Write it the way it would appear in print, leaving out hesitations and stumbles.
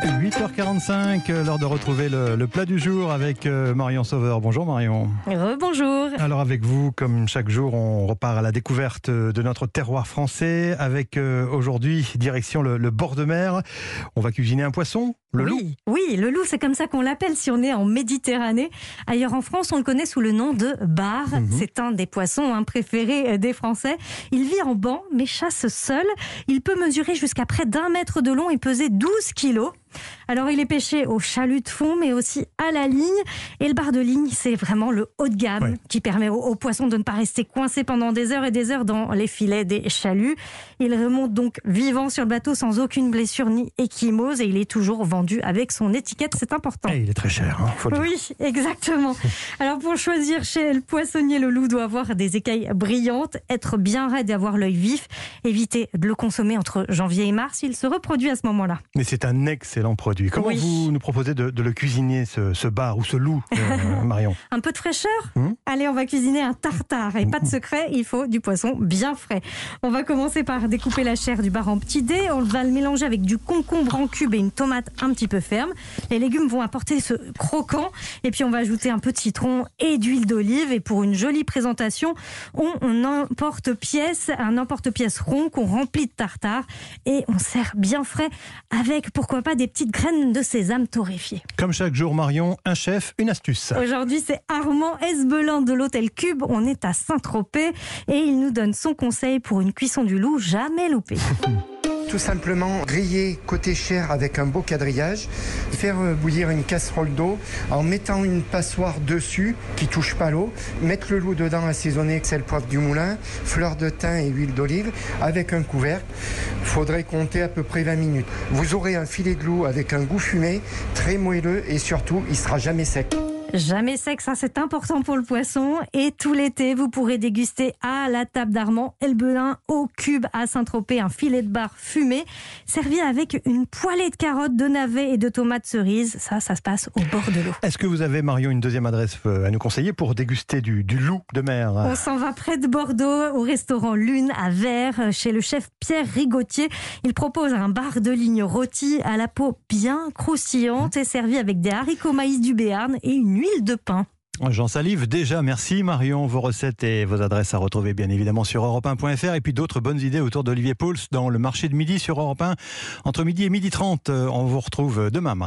8h45, l'heure de retrouver le plat du jour avec Marion Sauveur. Bonjour Marion. Rebonjour. Alors avec vous, comme chaque jour, on repart à la découverte de notre terroir français avec aujourd'hui direction le bord de mer. On va cuisiner un poisson, le loup. Oui, le loup, c'est comme ça qu'on l'appelle si on est en Méditerranée. Ailleurs en France, on le connaît sous le nom de bar. C'est un des poissons préférés des Français. Il vit en banc, mais chasse seul. Il peut mesurer jusqu'à près d'1 mètre de long et peser 12 kilos. Alors il est pêché au chalut de fond mais aussi à la ligne, et le bar de ligne c'est vraiment le haut de gamme qui permet aux poissons de ne pas rester coincés pendant des heures et des heures dans les filets des chaluts. Il remonte donc vivant sur le bateau sans aucune blessure ni ecchymose et il est toujours vendu avec son étiquette, c'est important. Et il est très cher, faut le dire. Oui, exactement. Alors pour choisir chez le poissonnier, le loup doit avoir des écailles brillantes, être bien raide et avoir l'œil vif. Évitez de le consommer entre janvier et mars, il se reproduit à ce moment-là. Mais c'est un excellent produit. Comment vous nous proposez de le cuisiner, ce bar ou ce loup, Marion? Un peu de fraîcheur? Allez, on va cuisiner un tartare. Et pas de secret, il faut du poisson bien frais. On va commencer par découper la chair du bar en petits dés. On va le mélanger avec du concombre en cubes et une tomate un petit peu ferme. Les légumes vont apporter ce croquant. Et puis on va ajouter un peu de citron et d'huile d'olive. Et pour une jolie présentation, on emporte-pièce, un emporte-pièce rond qu'on remplit de tartare. Et on sert bien frais avec, pourquoi pas, des petites graines de sésame torréfiées. Comme chaque jour, Marion, un chef, une astuce. Aujourd'hui, c'est Armand Esbelin de l'Hôtel Cube. On est à Saint-Tropez et il nous donne son conseil pour une cuisson du loup jamais loupée. Tout simplement griller côté chair avec un beau quadrillage, faire bouillir une casserole d'eau en mettant une passoire dessus qui touche pas l'eau, mettre le loup dedans assaisonné, sel, poivre du moulin, fleur de thym et huile d'olive avec un couvercle. Il faudrait compter à peu près 20 minutes. Vous aurez un filet de loup avec un goût fumé, très moelleux et surtout il sera jamais sec. Jamais sec, ça c'est important pour le poisson. Et tout l'été, vous pourrez déguster à la table d'Armand Esbelin au Cube à Saint-Tropez un filet de bar fumé, servi avec une poêlée de carottes, de navets et de tomates cerises. Ça se passe au bord de l'eau. Est-ce que vous avez, Marion, une deuxième adresse à nous conseiller pour déguster du loup de mer? On s'en va près de Bordeaux, au restaurant Lune à Vers, chez le chef Pierre Rigotier. Il propose un bar de ligne rôti à la peau bien croustillante et servi avec des haricots maïs du Béarn et une huile de pain. J'en salive déjà, merci Marion. Vos recettes et vos adresses à retrouver bien évidemment sur europe1.fr et puis d'autres bonnes idées autour d'Olivier Pauls dans le marché de midi sur Europe 1 entre midi et 12h30. On vous retrouve demain, Marion.